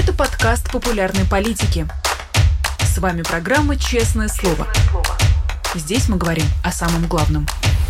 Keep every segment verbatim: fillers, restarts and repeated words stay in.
Это подкаст популярной политики. С вами программа «Честное слово». Здесь мы говорим о самом главном.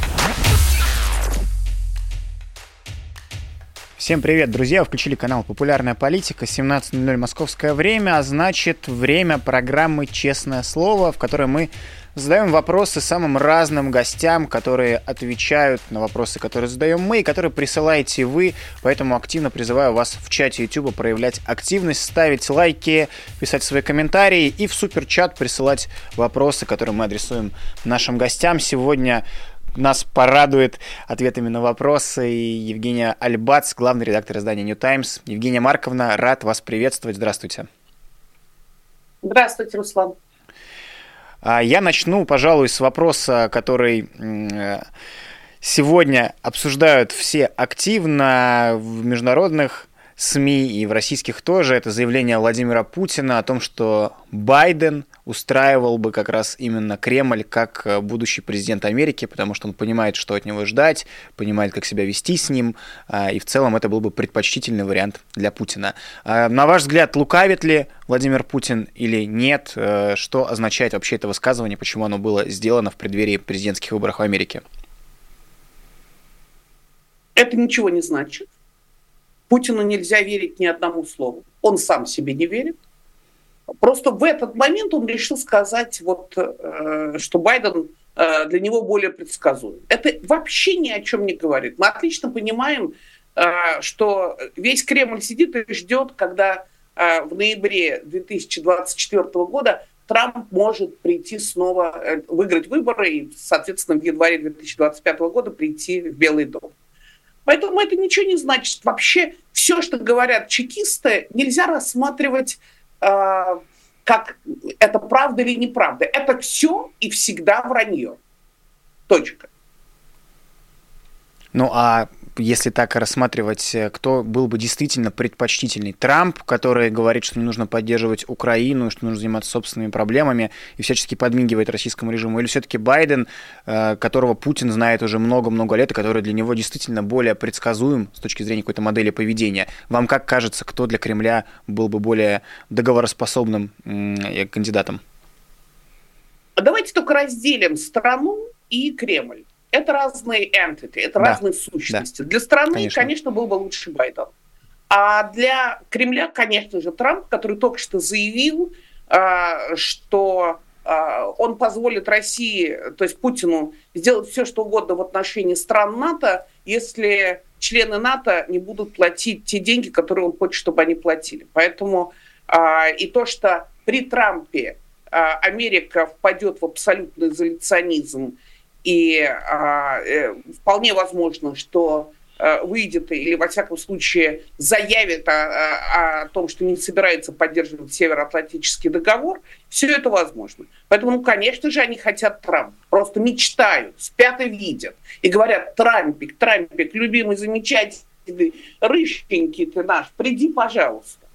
Всем привет, друзья! Вы включили канал «Популярная политика», семнадцать ноль ноль московское время, а значит время программы «Честное слово», в которой мы задаем вопросы самым разным гостям, которые отвечают на вопросы, которые задаем мы и которые присылаете вы. Поэтому активно призываю вас в чате YouTube проявлять активность, ставить лайки, писать свои комментарии и в суперчат присылать вопросы, которые мы адресуем нашим гостям. Сегодня нас порадует ответами на вопросы и Евгения Альбац, главный редактор издания New Times. Евгения Марковна, рад вас приветствовать. Здравствуйте. Здравствуйте, Руслан. Я начну, пожалуй, с вопроса, который сегодня обсуждают все активно в международных СМИ и в российских тоже. Это заявление Владимира Путина о том, что Байден устраивал бы как раз именно Кремль как будущий президент Америки, потому что он понимает, что от него ждать, понимает, как себя вести с ним, и в целом это был бы предпочтительный вариант для Путина. На ваш взгляд, лукавит ли Владимир Путин или нет? Что означает вообще это высказывание, почему оно было сделано в преддверии президентских выборов в Америке? Это ничего не значит. Путину нельзя верить ни одному слову. Он сам себе не верит. Просто в этот момент он решил сказать, вот, э, что Байден э, для него более предсказуем. Это вообще ни о чем не говорит. Мы отлично понимаем, э, что весь Кремль сидит и ждет, когда э, в ноябре две тысячи двадцать четвёртого года Трамп может прийти снова, э, выиграть выборы и, соответственно, в январе две тысячи двадцать пятого года прийти в Белый дом. Поэтому это ничего не значит. Вообще все, что говорят чекисты, нельзя рассматривать э, как это правда или неправда. Это все и всегда вранье. Точка. Ну а если так рассматривать, кто был бы действительно предпочтительный? Трамп, который говорит, что не нужно поддерживать Украину, что нужно заниматься собственными проблемами и всячески подмигивает российскому режиму, или все-таки Байден, которого Путин знает уже много-много лет, и который для него действительно более предсказуем с точки зрения какой-то модели поведения? Вам как кажется, кто для Кремля был бы более договороспособным кандидатом? Давайте только разделим страну и Кремль. Это разные entity, это да, разные сущности. Да. Для страны, конечно. конечно, был бы лучше Байден. А для Кремля, конечно же, Трамп, который только что заявил, что он позволит России, то есть Путину, сделать все, что угодно в отношении стран НАТО, если члены НАТО не будут платить те деньги, которые он хочет, чтобы они платили. Поэтому и то, что при Трампе Америка впадет в абсолютный изоляционизм, и а, э, вполне возможно, что э, выйдет или, во всяком случае, заявит о, о, о том, что не собирается поддерживать Североатлантический договор, все это возможно. Поэтому, ну, конечно же, они хотят Трампа. Просто мечтают, спят и видят. И говорят: Трампик, Трампик, любимый, замечательный, рыженький ты наш, приди, пожалуйста.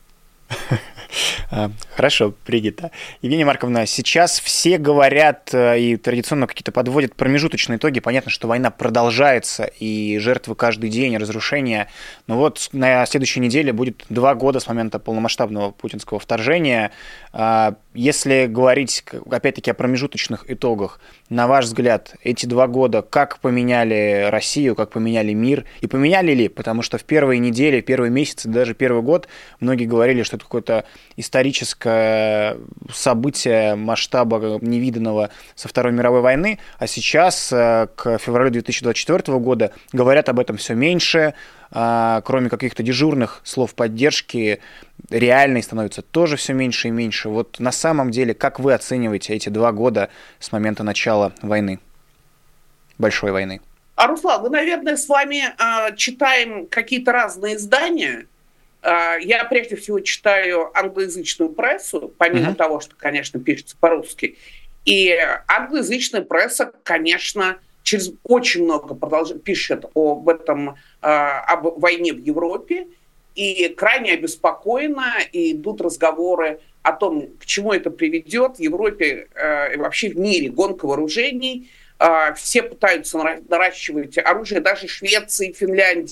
Хорошо, принято. Евгения Марковна, сейчас все говорят и традиционно какие-то подводят промежуточные итоги. Понятно, что война продолжается, и жертвы каждый день, разрушения. Но вот на следующей неделе будет два года с момента полномасштабного путинского вторжения. Если говорить, опять-таки, о промежуточных итогах, на ваш взгляд, эти два года как поменяли Россию, как поменяли мир? И поменяли ли? Потому что в первые недели, первые месяцы, даже первый год многие говорили, что это какое-то историческое событие масштаба невиданного со Второй мировой войны, а сейчас, к февралю две тысячи двадцать четвёртого года, говорят об этом все меньше, кроме каких-то дежурных слов поддержки, реальной становится тоже все меньше и меньше. Вот на самом деле, как вы оцениваете эти два года с момента начала войны, большой войны? А, Руслан, мы, наверное, с вами э, читаем какие-то разные издания. Э, я прежде всего читаю англоязычную прессу, помимо uh-huh. того, что, конечно, пишется по-русски. И англоязычная пресса, конечно, через очень много продолж... пишет об этом, э, об войне в Европе, и крайне обеспокоена, и идут разговоры о том, к чему это приведет в Европе э, и вообще в мире. Гонка вооружений, э, все пытаются наращивать оружие, даже Швеция и Финляндия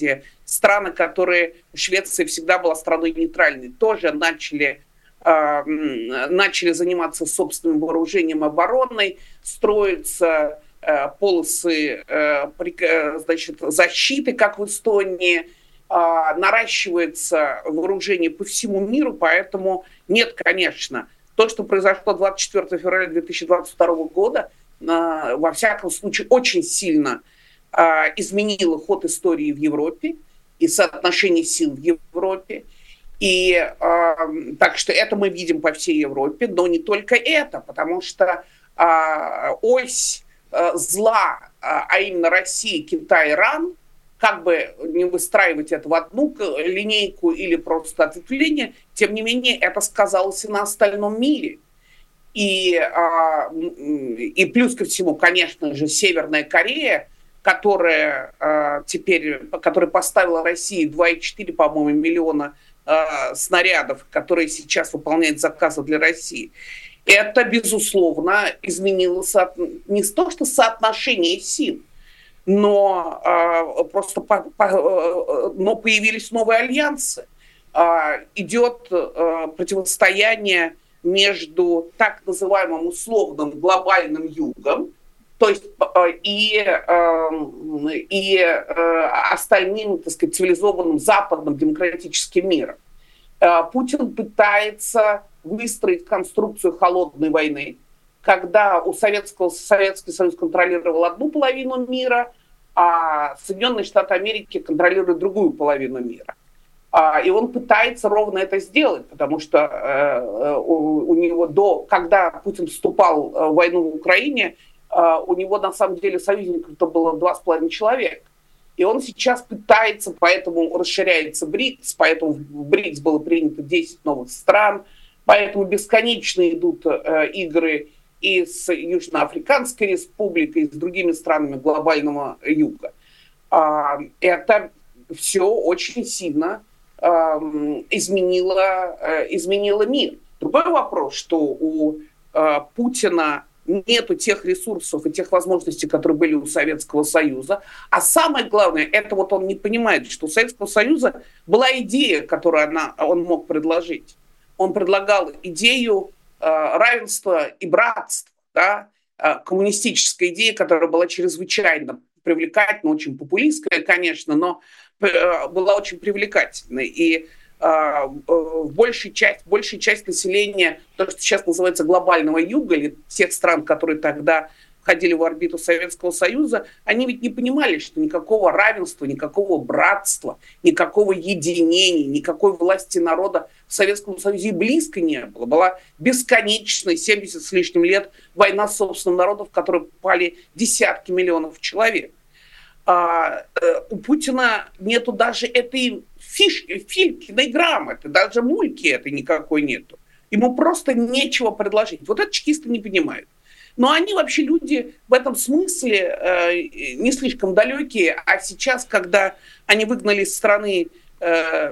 страны, которые... Швеция всегда была страной нейтральной, тоже начали, э, начали заниматься собственным вооружением обороной, строятся э, полосы э, значит, защиты, как в Эстонии, э, наращивается вооружение по всему миру, поэтому нет, конечно, то, что произошло двадцать четвёртого февраля две тысячи двадцать второго года, э, во всяком случае, очень сильно э, изменило ход истории в Европе и соотношение сил в Европе. И э, так что это мы видим по всей Европе, но не только это, потому что э, ось э, зла, э, а именно Россия, Китай, Иран, как бы не выстраивать это в одну линейку или просто ответвление, тем не менее это сказалось и на остальном мире. И, э, и плюс ко всему, конечно же, Северная Корея, которая э, теперь, которая поставила России два и четыре, по-моему, миллиона э, снарядов, которые сейчас выполняют заказы для России, это, безусловно, изменило со... не то, что соотношение сил, но э, просто по... По... Э, но появились новые альянсы. Э, идет э, противостояние между так называемым условным глобальным югом, то есть и, и остальным, так сказать, цивилизованным западным демократическим миром. Путин пытается выстроить конструкцию холодной войны, когда у Советского, Советский Союз контролировал одну половину мира, а Соединенные Штаты Америки контролируют другую половину мира. И он пытается ровно это сделать, потому что у него до, когда Путин вступал в войну в Украине, у него на самом деле союзников-то было два с половиной человека. И он сейчас пытается, поэтому расширяется БРИКС, поэтому в БРИКС было принято десять новых стран, поэтому бесконечно идут э, игры и с Южноафриканской республикой, и с другими странами глобального юга. А, это все очень сильно э, изменило, э, изменило мир. Другой вопрос, что у э, Путина нету тех ресурсов и тех возможностей, которые были у Советского Союза. А самое главное, это вот он не понимает, что у Советского Союза была идея, которую она, он мог предложить. Он предлагал идею э, равенства и братства, да? э, коммунистическая идея, которая была чрезвычайно привлекательна, очень популистская, конечно, но э, была очень привлекательной. И в большей части, большая часть населения, то, что сейчас называется глобального юга, или тех стран, которые тогда входили в орбиту Советского Союза, они ведь не понимали, что никакого равенства, никакого братства, никакого единения, никакой власти народа в Советском Союзе и близко не было. Была бесконечная семьдесят с лишним лет война с собственным народом, в которой пали десятки миллионов человек. А, э, у Путина нету даже этой фишки, Филькиной грамоты, даже мульки этой никакой нету. Ему просто нечего предложить. Вот это чекисты не понимают. Но они вообще люди в этом смысле э, не слишком далекие. А сейчас, когда они выгнали из страны э,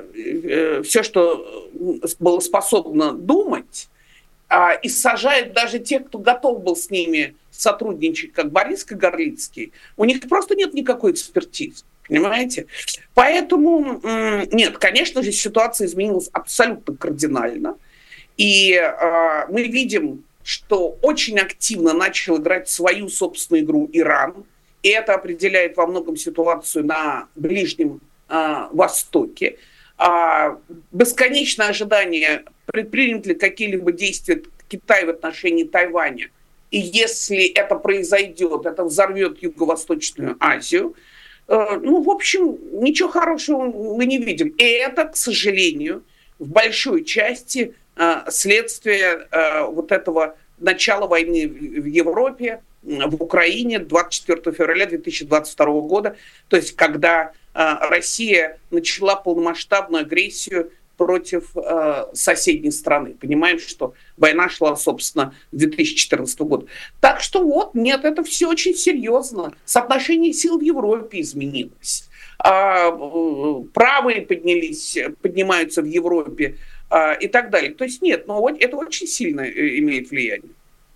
э, все, что было способно думать, э, и сажают даже тех, кто готов был с ними сотрудничать, как Борис Кагарлицкий, у них просто нет никакой экспертизы. Понимаете? Поэтому, нет, конечно же, ситуация изменилась абсолютно кардинально. И э, мы видим, что очень активно начал играть свою собственную игру Иран. И это определяет во многом ситуацию на Ближнем э, Востоке. А бесконечное ожидание, предпринят ли какие-либо действия Китая в отношении Тайваня. И если это произойдет, это взорвет Юго-Восточную Азию. Ну, в общем, ничего хорошего мы не видим. И это, к сожалению, в большой части следствие вот этого начала войны в Европе, в Украине двадцать четвёртого февраля две тысячи двадцать второго года. То есть, когда Россия начала полномасштабную агрессию против э, соседней страны. Понимаем, что война шла, собственно, с две тысячи четырнадцатого года. Так что вот, нет, это все очень серьезно. Соотношение сил в Европе изменилось. А, правые поднялись, поднимаются в Европе а, и так далее. То есть нет, но вот это очень сильно имеет влияние.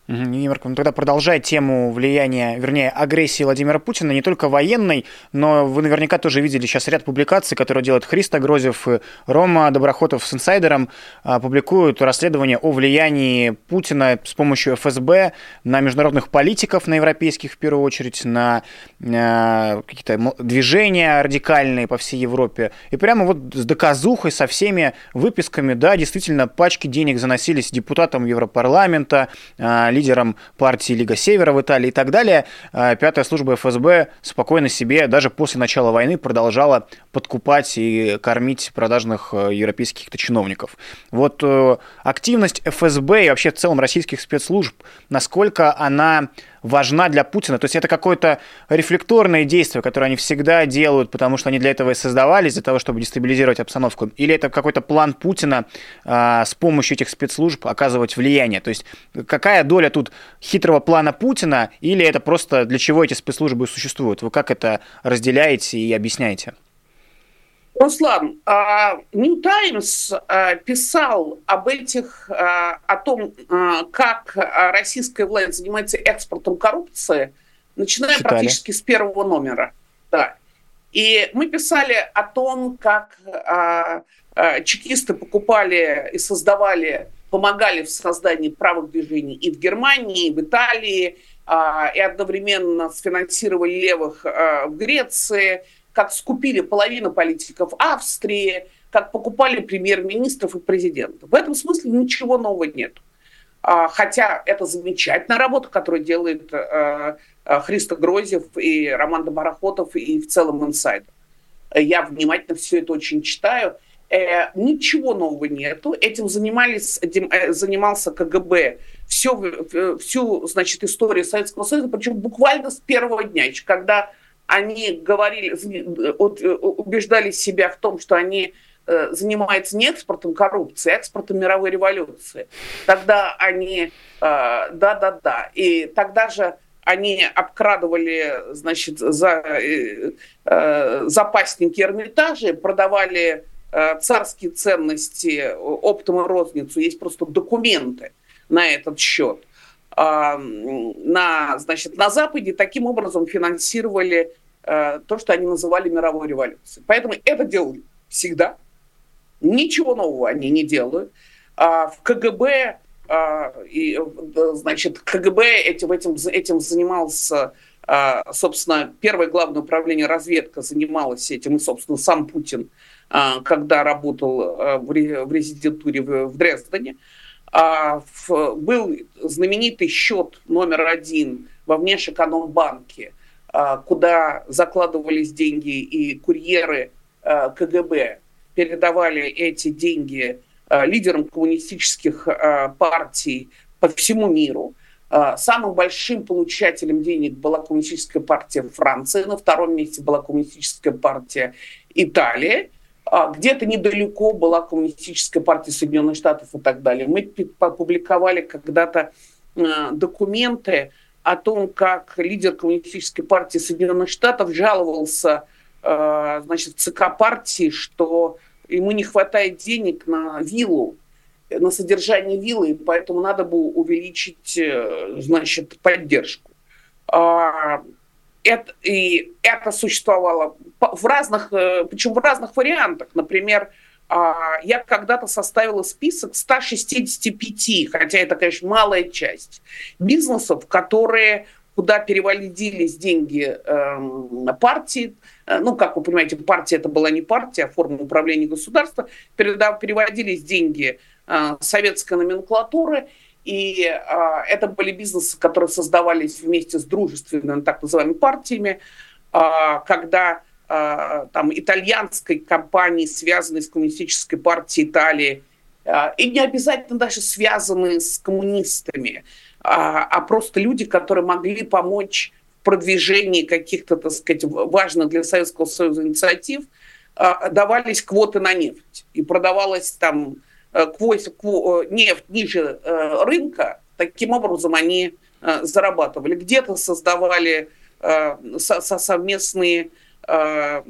Евгений Марков, ну тогда продолжая тему влияния, вернее, агрессии Владимира Путина, не только военной, но вы наверняка тоже видели сейчас ряд публикаций, которые делают Христо Грозев и Рома Доброхотов с «Инсайдером», публикуют расследования о влиянии Путина с помощью эф эс бэ на международных политиков, на европейских в первую очередь, на какие-то движения радикальные по всей Европе. И прямо вот с доказухой, со всеми выписками, да, действительно, пачки денег заносились депутатам Европарламента, лидером партии Лига Севера в Италии и так далее. Пятая служба эф эс бэ спокойно себе даже после начала войны продолжала подкупать и кормить продажных европейских чиновников. Вот активность эф эс бэ и вообще в целом российских спецслужб, насколько она важна для Путина? То есть это какое-то рефлекторное действие, которое они всегда делают, потому что они для этого и создавались, для того, чтобы дестабилизировать обстановку? Или это какой-то план Путина а, с помощью этих спецслужб оказывать влияние? То есть какая доля тут хитрого плана Путина, или это просто для чего эти спецслужбы существуют? Вы как это разделяете и объясняете? Руслан, New Times писал об этих, о том, как российская власть занимается экспортом коррупции, начиная Читали. практически с первого номера. Да. И мы писали о том, как чекисты покупали и создавали, помогали в создании правых движений и в Германии, и в Италии, и одновременно сфинансировали левых в Греции, как скупили половину политиков Австрии, как покупали премьер-министров и президентов. В этом смысле ничего нового нет. Хотя это замечательная работа, которую делает Христо Грозев и Роман Доброхотов и в целом «Инсайдер». Я внимательно все это очень читаю. Ничего нового нету. Этим занимались, этим занимался ка гэ бэ всю, всю значит, историю Советского Союза, причем буквально с первого дня, еще когда они говорили, убеждали себя в том, что они занимаются не экспортом коррупции, а экспортом мировой революции. Тогда они, да-да-да, и тогда же они обкрадывали, значит, за, запасники Эрмитажа, продавали царские ценности оптом и розницу. Есть просто документы на этот счет. На, значит, на Западе таким образом финансировали э, то, что они называли мировой революцией. Поэтому это делали всегда. Ничего нового они не делают. А в ка гэ бэ, а, и, значит, ка гэ бэ этим, этим, этим занимался, а, собственно, первое главное управление разведка занималось этим, и, собственно, сам Путин, а, когда работал а, в, ре, в резидентуре в, в Дрездене. А, в, был знаменитый счет номер один во Внешэкономбанке, а, куда закладывались деньги, и курьеры а, ка гэ бэ передавали эти деньги а, лидерам коммунистических а, партий по всему миру. А, самым большим получателем денег была коммунистическая партия Франции, на втором месте была коммунистическая партия Италии. Где-то недалеко была коммунистическая партия Соединенных Штатов и так далее. Мы опубликовали когда-то документы о том, как лидер коммунистической партии Соединенных Штатов жаловался, значит, в ЦК партии, что ему не хватает денег на виллу, на содержание виллы, поэтому надо было увеличить, значит, поддержку. Это, и это существовало в разных, причем в разных вариантах. Например, я когда-то составила список ста шестидесяти пяти, хотя это, конечно, малая часть, бизнесов, которые, куда переводились деньги э, партии. Ну, как вы понимаете, партия это была не партия, а форма управления государства. Переводились деньги э, советской номенклатуры. И а, это были бизнесы, которые создавались вместе с дружественными, так называемыми, партиями, а, когда а, там итальянской компании, связанной с коммунистической партией Италии, а, и не обязательно даже связанные с коммунистами, а, а просто люди, которые могли помочь в продвижении каких-то, так сказать, важных для Советского Союза инициатив, а, давались квоты на нефть. И продавалось там нефть ниже рынка, таким образом они зарабатывали. Где-то создавали совместные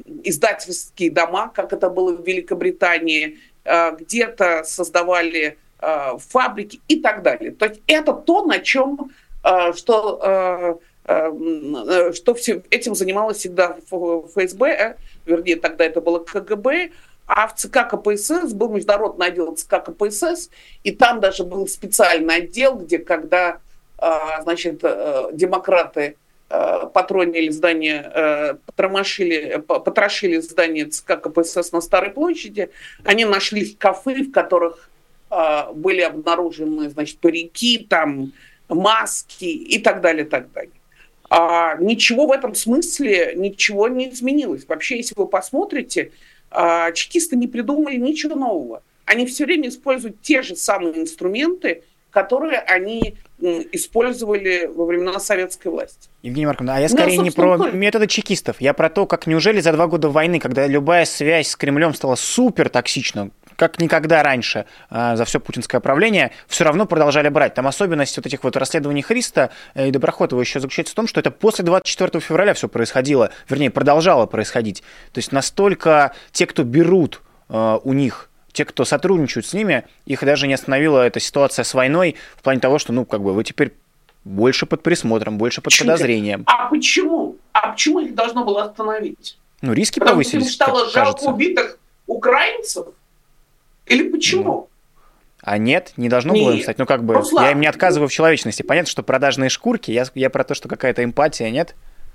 издательские дома, как это было в Великобритании, где-то создавали э, фабрики и так далее. То есть это то, на чем, э, что, э, э, что все, этим занималась всегда эф эс бэ, э, вернее, тогда это было ка гэ бэ, а в ЦК ка пэ эс эс был международный отдел ЦК ка пэ эс эс, и там даже был специальный отдел, где когда, значит, демократы патронили здание, потрошили, потрошили здание ЦК ка пэ эс эс на Старой площади, они нашли шкафы, в которых были обнаружены, значит, парики, там, маски и так далее, так далее. А ничего в этом смысле, ничего не изменилось. Вообще, если вы посмотрите, чекисты не придумали ничего нового. Они все время используют те же самые инструменты, которые они использовали во времена советской власти. Евгения Марковна, а я скорее да, не про то... методы чекистов. Я про то, как неужели за два года войны, когда любая связь с Кремлем стала супер токсична, как никогда раньше э, за все путинское правление, все равно продолжали брать. Там особенность вот этих вот расследований Христа и Доброхотова еще заключается в том, что это после двадцать четвёртого февраля все происходило, вернее, продолжало происходить. То есть настолько те, кто берут э, у них, те, кто сотрудничают с ними, их даже не остановила эта ситуация с войной в плане того, что, ну, как бы вы теперь больше под присмотром, больше под почему? подозрением. А почему? А почему их должно было остановить? Ну, риски Потому повысились, что им стало жалко убитых украинцев? Или почему? Ну, а нет, не должно нет. было им стать. Ну, как бы, Руслан, я им не отказываю в человечности. Понятно, что продажные шкурки, я, я про то, что какая-то эмпатия, нет?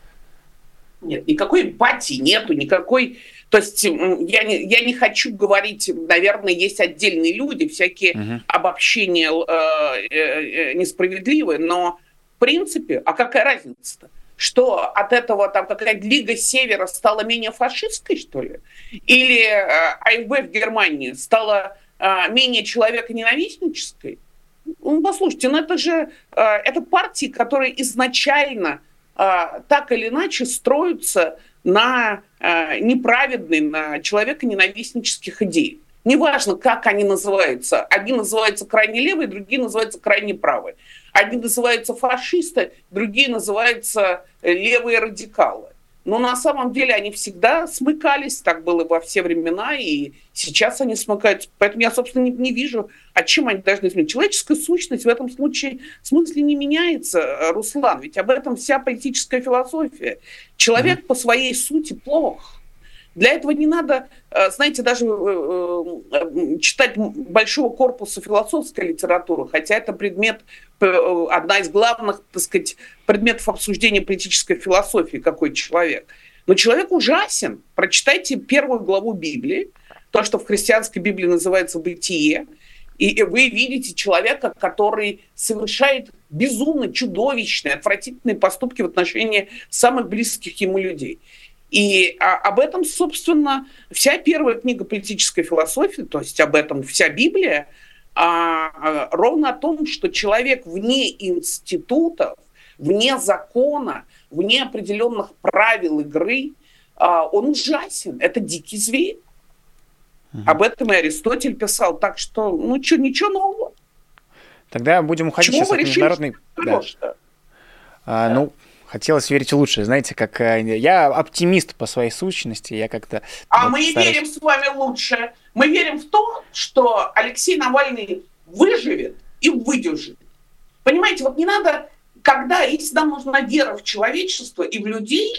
Нет, никакой эмпатии нету, никакой... То есть я не, я не хочу говорить, наверное, есть отдельные люди, всякие угу. обобщения э, э, несправедливые, но в принципе, а какая разница-то? Что от этого там какая-то Лига Севера стала менее фашистской, что ли? Или э, а эф бэ в Германии стала э, менее человеконенавистнической? Ну, послушайте, ну это же э, это партии, которые изначально э, так или иначе строятся на э, неправедной, на человеконенавистнических идеях. Неважно, как они называются. Одни называются крайне левые, другие называются крайне правые. Одни называются фашисты, другие называются левые радикалы. Но на самом деле они всегда смыкались, так было во все времена, и сейчас они смыкаются. Поэтому я, собственно, не, не вижу, о чем они должны изменить. Человеческая сущность в этом случае, в смысле не меняется, Руслан, ведь об этом вся политическая философия. Человек mm-hmm. по своей сути плох. Для этого не надо, знаете, даже читать большого корпуса философской литературы, хотя это предмет, одна из главных, так сказать, предметов обсуждения политической философии, какой человек. Но человек ужасен. Прочитайте первую главу Библии, то, что в христианской Библии называется «Бытие», и вы видите человека, который совершает безумно чудовищные, отвратительные поступки в отношении самых близких ему людей. И а, об этом, собственно, вся первая книга политической философии, то есть об этом вся Библия, а, а, ровно о том, что человек вне институтов, вне закона, вне определенных правил игры, а, он ужасен, это дикий зверь. Угу. Об этом и Аристотель писал, так что, ну, чё, ничего нового. Тогда будем уходить Чего сейчас от международной... Да. А, ну... Хотелось верить в лучшее. Знаете, как я оптимист по своей сущности, я как-то... А вот мы стараюсь... верим с вами лучше. Мы верим в то, что Алексей Навальный выживет и выдержит. Понимаете, вот не надо, когда, если нам нужна вера в человечество и в людей,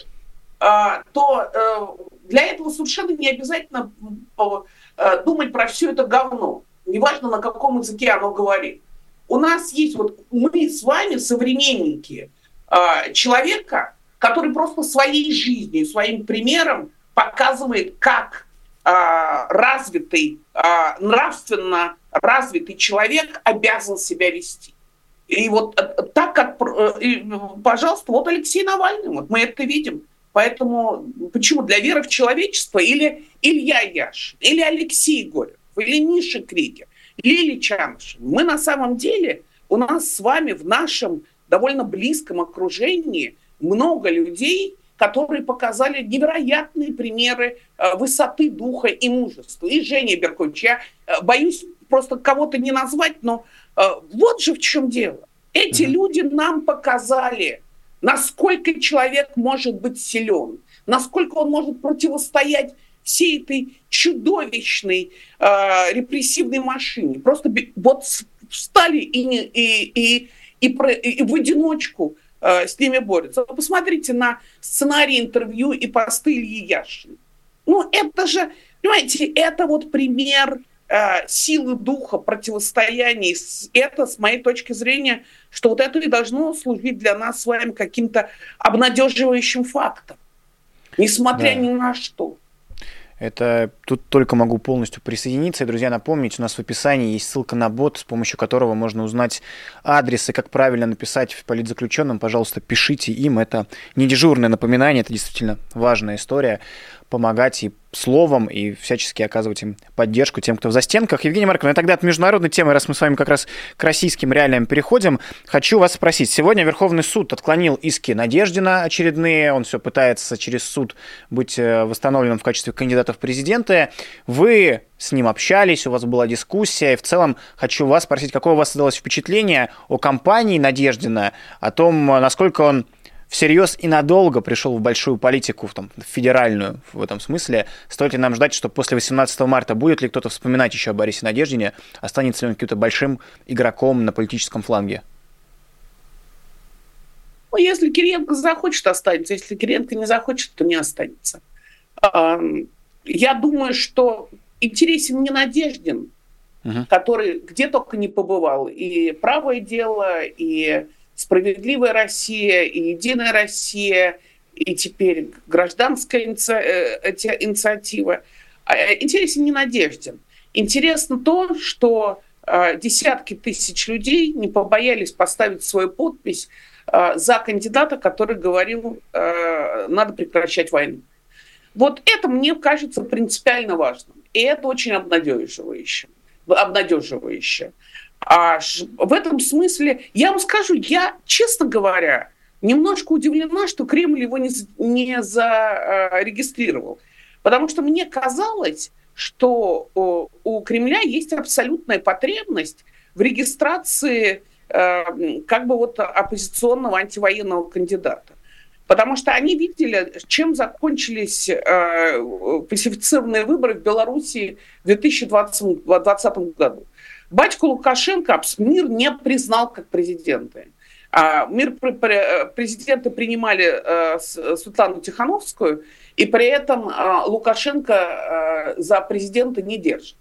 то для этого совершенно не обязательно думать про все это говно. Неважно, на каком языке оно говорит. У нас есть вот мы с вами современники человека, который просто своей жизнью, своим примером показывает, как а, развитый, а, нравственно развитый человек обязан себя вести. И вот так как, и, пожалуйста, вот Алексей Навальный, вот мы это видим. Поэтому почему для веры в человечество или Илья Яшин, или Алексей Горев, или Миша Кригер, Лили Чанышев, мы на самом деле, у нас с вами в нашем довольно близком окружении много людей, которые показали невероятные примеры высоты духа и мужества. И Женя Беркович, я боюсь просто кого-то не назвать, но вот же в чем дело. Эти mm-hmm. люди нам показали, насколько человек может быть силен, насколько он может противостоять всей этой чудовищной э, репрессивной машине. Просто вот встали и, и, и, и, и в одиночку э, с ними борются. Посмотрите на сценарий интервью и посты Ильи Яшина. Ну, это же, понимаете, это вот пример э, силы духа, противостояния. Это, с моей точки зрения, что вот это и должно служить для нас с вами каким-то обнадеживающим фактом, несмотря да. ни на что. Это тут только могу полностью присоединиться. И, друзья, напомнить, у нас в описании есть ссылка на бот, с помощью которого можно узнать адрес и как правильно написать в политзаключенным. Пожалуйста, пишите им. Это не дежурное напоминание, это действительно важная история. Помогать и словом, и всячески оказывать им поддержку тем, кто в застенках. Евгения Марковна, тогда от международной темы, раз мы с вами как раз к российским реалиям переходим, хочу вас спросить. Сегодня Верховный суд отклонил иски Надеждина очередные, он все пытается через суд быть восстановленным в качестве кандидата в президенты. Вы с ним общались, у вас была дискуссия, и в целом хочу вас спросить, какое у вас создалось впечатление о кампании Надеждина, о том, насколько он всерьез и надолго пришел в большую политику, в, там, в федеральную в этом смысле. Стоит ли нам ждать, что после восемнадцатого марта будет ли кто-то вспоминать еще о Борисе Надеждине, останется ли он каким-то большим игроком на политическом фланге? Ну, если Кириенко захочет, останется. Если Кириенко не захочет, то не останется. Я думаю, что интересен не Надеждин, угу. который где только не побывал. И «Правое дело», и «Справедливая Россия», и «Единая Россия», и теперь гражданская инициатива. Интересен не Надеждин. Интересно то, что десятки тысяч людей не побоялись поставить свою подпись за кандидата, который говорил, надо прекращать войну. Вот это, мне кажется, принципиально важным. И это очень обнадеживающе. обнадеживающе. А в этом смысле, я вам скажу, я, честно говоря, немножко удивлена, что Кремль его не, не зарегистрировал. Потому что мне казалось, что у Кремля есть абсолютная потребность в регистрации как бы вот оппозиционного антивоенного кандидата. Потому что они видели, чем закончились фальсифицированные выборы в Белоруссии в две тысячи двадцатом году. Батьку Лукашенко мир не признал как президента. Мир президенты принимали Светлану Тихановскую, и при этом Лукашенко за президента не держит.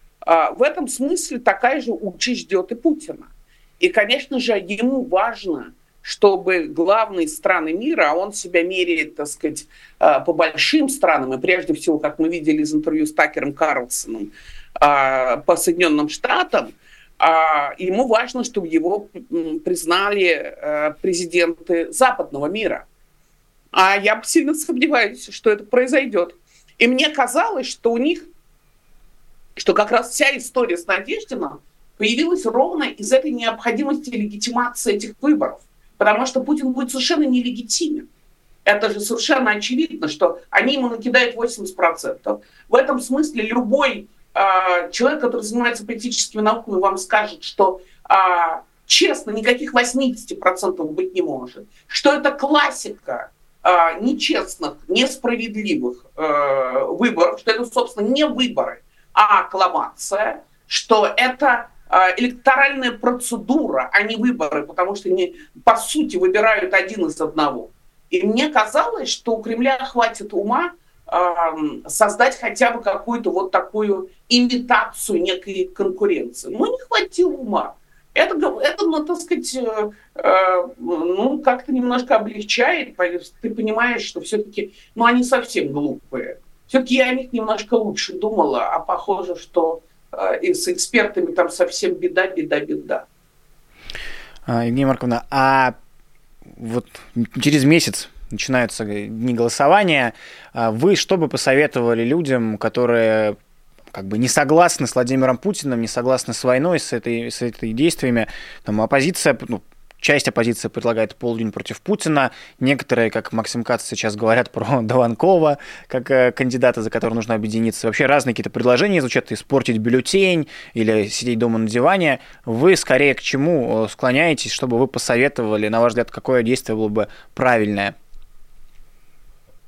В этом смысле такая же участь ждет и Путина. И, конечно же, ему важно, чтобы главные страны мира, а он себя меряет, так сказать, по большим странам, и прежде всего, как мы видели из интервью с Такером Карлсоном, по Соединенным Штатам, ему важно, чтобы его признали президенты западного мира. А я сильно сомневаюсь, что это произойдет. И мне казалось, что у них, что как раз вся история с Надеждиным появилась ровно из этой необходимости легитимации этих выборов. Потому что Путин будет совершенно нелегитимен. Это же совершенно очевидно, что они ему накидают восемьдесят процентов. В этом смысле любой э, человек, который занимается политическими науками, вам скажет, что э, честно, никаких восемьдесят процентов быть не может. Что это классика э, нечестных, несправедливых э, выборов, что это, собственно, не выборы, а аккламация, что это электоральная процедура, а не выборы, потому что они, по сути, выбирают один из одного. И мне казалось, что у Кремля хватит ума э, создать хотя бы какую-то вот такую имитацию некой конкуренции. Но не хватило ума. Это, это ну, так сказать, э, э, ну, как-то немножко облегчает. Ты понимаешь, что все-таки, ну, они совсем глупые. Все-таки я о них немножко лучше думала, а похоже, что и с экспертами там совсем беда, беда, беда. Евгения Марковна, а вот через месяц начинаются дни голосования. Вы что бы посоветовали людям, которые как бы не согласны с Владимиром Путиным, не согласны с войной, с этой, с этой действиями? Там оппозиция, ну, часть оппозиции предлагает полдень против Путина. Некоторые, как Максим Кац сейчас говорят про Дованкова, как кандидата, за которого нужно объединиться. Вообще разные какие-то предложения звучат: испортить бюллетень или сидеть дома на диване. Вы скорее к чему склоняетесь, чтобы вы посоветовали, на ваш взгляд, какое действие было бы правильное?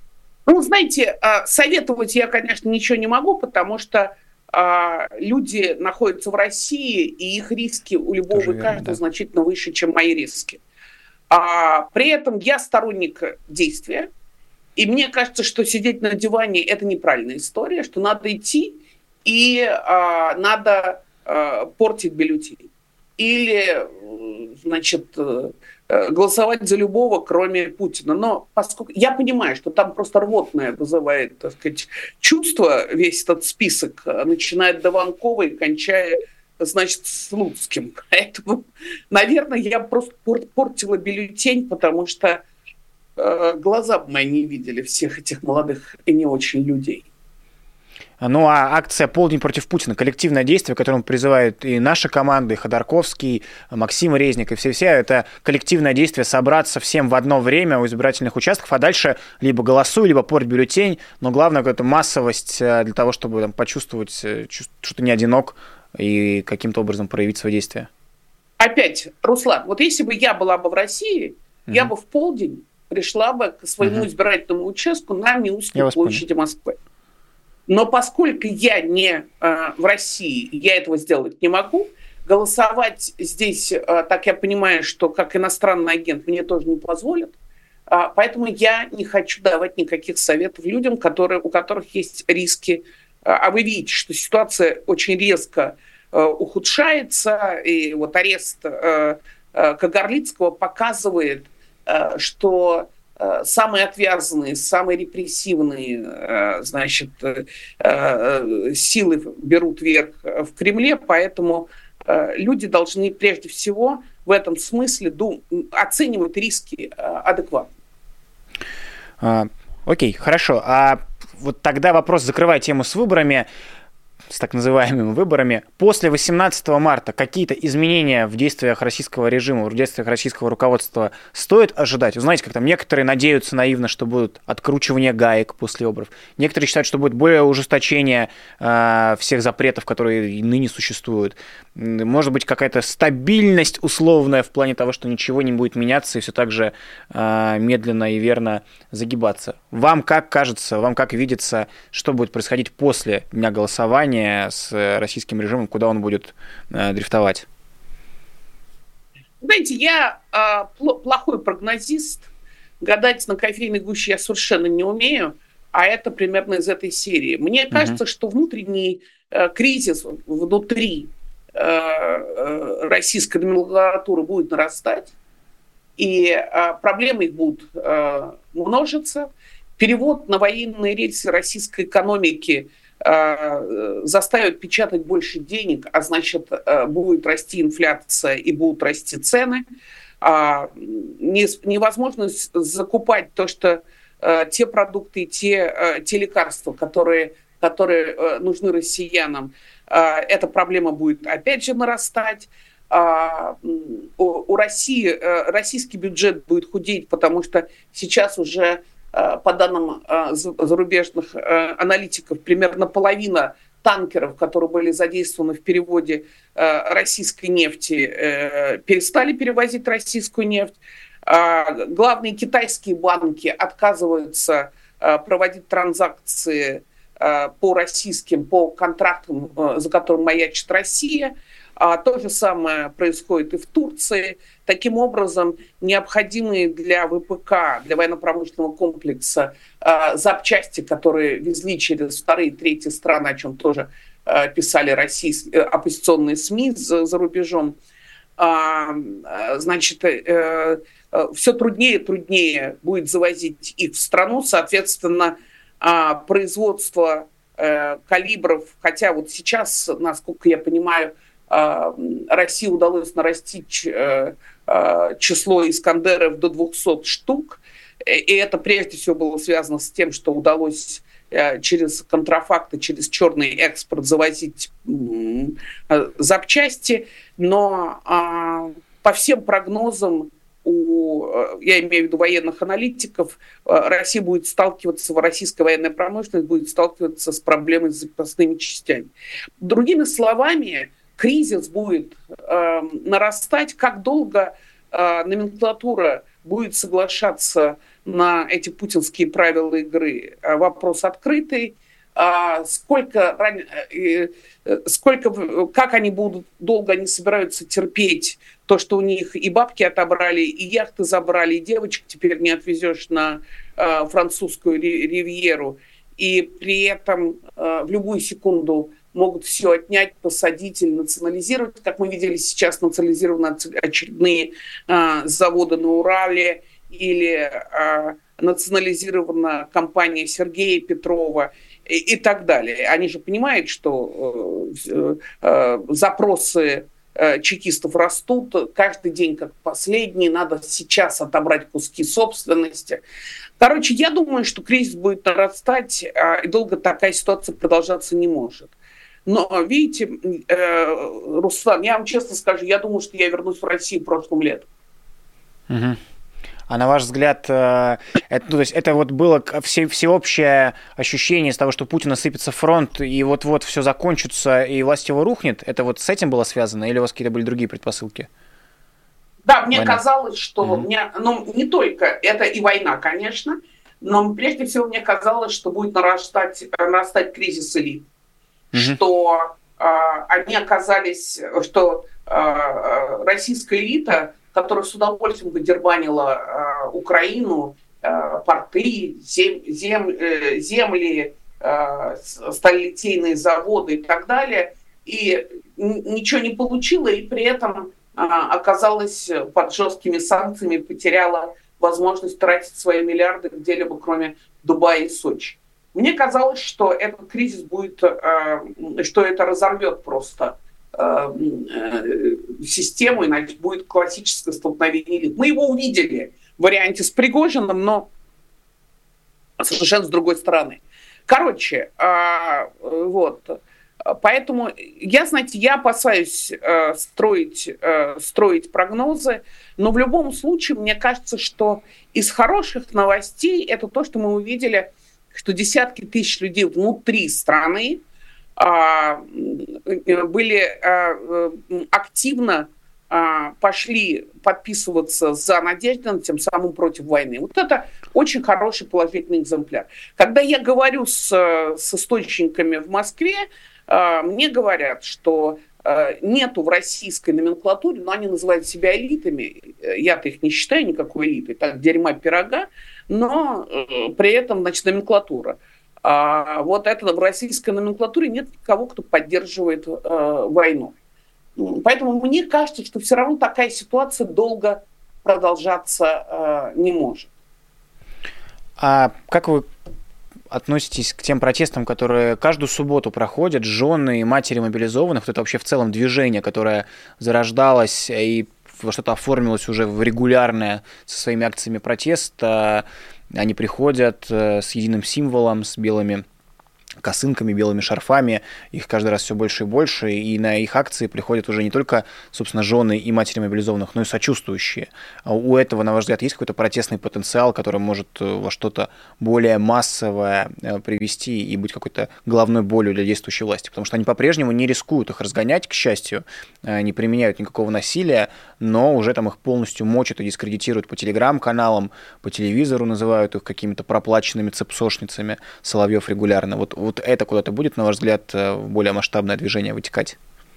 Ну, знаете, советовать я, конечно, ничего не могу, потому что люди находятся в России, и их риски у любого Тоже верно, каждого да. значительно выше, чем мои риски. А при этом я сторонник действия, и мне кажется, что сидеть на диване – это неправильная история, что надо идти и а, надо а, портить бюллетень. Или, значит, голосовать за любого, кроме Путина. Но поскольку я понимаю, что там просто рвотное вызывает, так сказать, чувство, весь этот список, начиная от Дованковой, кончая, значит, Слуцким. Поэтому, наверное, я просто портила бюллетень, потому что э, глаза бы мои не видели всех этих молодых и не очень людей. Ну, а акция «Полдень против Путина», коллективное действие, к которому призывают и наша команда, и Ходорковский, Максим Резник, и все-все, это коллективное действие собраться всем в одно время у избирательных участков, а дальше либо голосуй, либо порь бюллетень, но главное какая-то массовость для того, чтобы там, почувствовать, что ты не одинок и каким-то образом проявить свои действия. Опять, Руслан, вот если бы я была бы в России, угу. я бы в полдень пришла бы к своему угу. избирательному участку на Миусской площади Москвы. Но поскольку я не э, в России, я этого сделать не могу, голосовать здесь, э, так я понимаю, что как иностранный агент мне тоже не позволят, э, поэтому я не хочу давать никаких советов людям, которые, у которых есть риски. Э, а вы видите, что ситуация очень резко э, ухудшается, и вот арест э, э, Кагарлицкого показывает, э, что самые отвязанные, самые репрессивные, значит, силы берут верх в Кремле, поэтому люди должны прежде всего в этом смысле дум- оценивать риски адекватно. А, окей, хорошо. А вот тогда вопрос, закрывая тему с выборами, с так называемыми выборами. После восемнадцатого марта какие-то изменения в действиях российского режима, в действиях российского руководства стоит ожидать? Вы знаете, как там некоторые надеются наивно, что будут откручивание гаек после выборов. Некоторые считают, что будет более ужесточение э, всех запретов, которые и ныне существуют. Может быть, какая-то стабильность условная в плане того, что ничего не будет меняться и все так же э, медленно и верно загибаться. Вам как кажется, вам как видится, что будет происходить после дня голосования с российским режимом, куда он будет э, дрифтовать? Знаете, я э, плохой прогнозист. Гадать на кофейной гуще я совершенно не умею, а это примерно из этой серии. Мне uh-huh. кажется, что внутренний э, кризис внутри э, э, российской номенклатуры будет нарастать, и э, проблемы их будут э, множиться. Перевод на военные рельсы российской экономики заставят печатать больше денег, а значит, будет расти инфляция и будут расти цены. Невозможно закупать то, что те продукты, те, те лекарства, которые, которые нужны россиянам. Эта проблема будет опять же нарастать. У России российский бюджет будет худеть, потому что сейчас уже по данным зарубежных аналитиков, примерно половина танкеров, которые были задействованы в переводе российской нефти, перестали перевозить российскую нефть. Главные китайские банки отказываются проводить транзакции по российским, по контрактам, за которым маячит Россия. То же самое происходит и в Турции. Таким образом, необходимые для ВПК, для военно-промышленного комплекса запчасти, которые везли через вторые и третьи страны, о чем тоже писали российские оппозиционные СМИ за, за рубежом, значит, все труднее и труднее будет завозить их в страну. Соответственно, производство калибров, хотя вот сейчас, насколько я понимаю, России удалось нарастить число «Искандеров» до двухсот штук. И это прежде всего было связано с тем, что удалось через контрафакты, через черный экспорт завозить запчасти. Но по всем прогнозам, у, я имею в виду военных аналитиков, Россия будет сталкиваться, российская военная промышленность будет сталкиваться с проблемой с запасными частями. Другими словами, кризис будет э, нарастать, как долго э, номенклатура будет соглашаться на эти путинские правила игры вопрос открытый. Сколько, сколько, как они будут, долго они собираются терпеть то, что у них и бабки отобрали, и яхты забрали, и девочек теперь не отвезешь на французскую ривьеру, и при этом в любую секунду могут все отнять, посадить или национализировать. Как мы видели сейчас, национализированы очередные заводы на Урале, или национализирована компания Сергея Петрова, и так далее. Они же понимают, что э, э, запросы э, чекистов растут каждый день как последний, надо сейчас отобрать куски собственности. Короче, я думаю, что кризис будет нарастать, э, и долго такая ситуация продолжаться не может. Но, видите, э, Руслан, я вам честно скажу, я думаю, что я вернусь в Россию прошлым летом. Угу. А на ваш взгляд, это, ну, то есть это вот было все, всеобщее ощущение из того, что Путина сыпется фронт, и вот-вот все закончится, и власть его рухнет? Это вот с этим было связано, или у вас какие-то были другие предпосылки? Да, мне война. казалось, что... Mm-hmm. Мне, ну, не только это и война, конечно, но прежде всего мне казалось, что будет нарастать, нарастать кризис элит. Mm-hmm. Что э, они оказались... Что э, российская элита... которая с удовольствием выдербанила э, Украину, э, порты, зем, зем, э, земли, э, сталелитейные заводы и так далее, и н- ничего не получила, и при этом э, оказалась под жесткими санкциями, потеряла возможность тратить свои миллиарды где-либо, кроме Дубая и Сочи. Мне казалось, что этот кризис будет, э, что это разорвет просто систему, иначе будет классическое столкновение элит. Мы его увидели в варианте с Пригожиным, но совершенно с другой стороны. Короче, вот. Поэтому я, знаете, я опасаюсь строить, строить прогнозы, но в любом случае мне кажется, что из хороших новостей это то, что мы увидели, что десятки тысяч людей внутри страны были активно пошли подписываться за Надеждина, тем самым против войны. Вот это очень хороший положительный экземпляр. Когда я говорю с, с источниками в Москве, мне говорят, что нету в российской номенклатуре, но они называют себя элитами, я-то их не считаю никакой элитой, так дерьма пирога, но при этом, значит, номенклатура. А вот это в российской номенклатуре нет никого, кто поддерживает э, войну. Поэтому мне кажется, что все равно такая ситуация долго продолжаться э, не может. А как вы относитесь к тем протестам, которые каждую субботу проходят, жены и матери мобилизованных? Это вообще в целом движение, которое зарождалось и во что-то оформилось уже в регулярное со своими акциями протеста. Они приходят с единым символом, с белыми косынками, белыми шарфами, их каждый раз все больше и больше, и на их акции приходят уже не только, собственно, жены и матери мобилизованных, но и сочувствующие. А у этого, на ваш взгляд, есть какой-то протестный потенциал, который может во что-то более массовое привести и быть какой-то головной болью для действующей власти? Потому что они по-прежнему не рискуют их разгонять, к счастью, не применяют никакого насилия, но уже там их полностью мочат и дискредитируют по телеграм-каналам, по телевизору называют их какими-то проплаченными цепсошницами, Соловьев регулярно. Вот Вот это куда-то будет, на ваш взгляд, в более масштабное движение вытекать?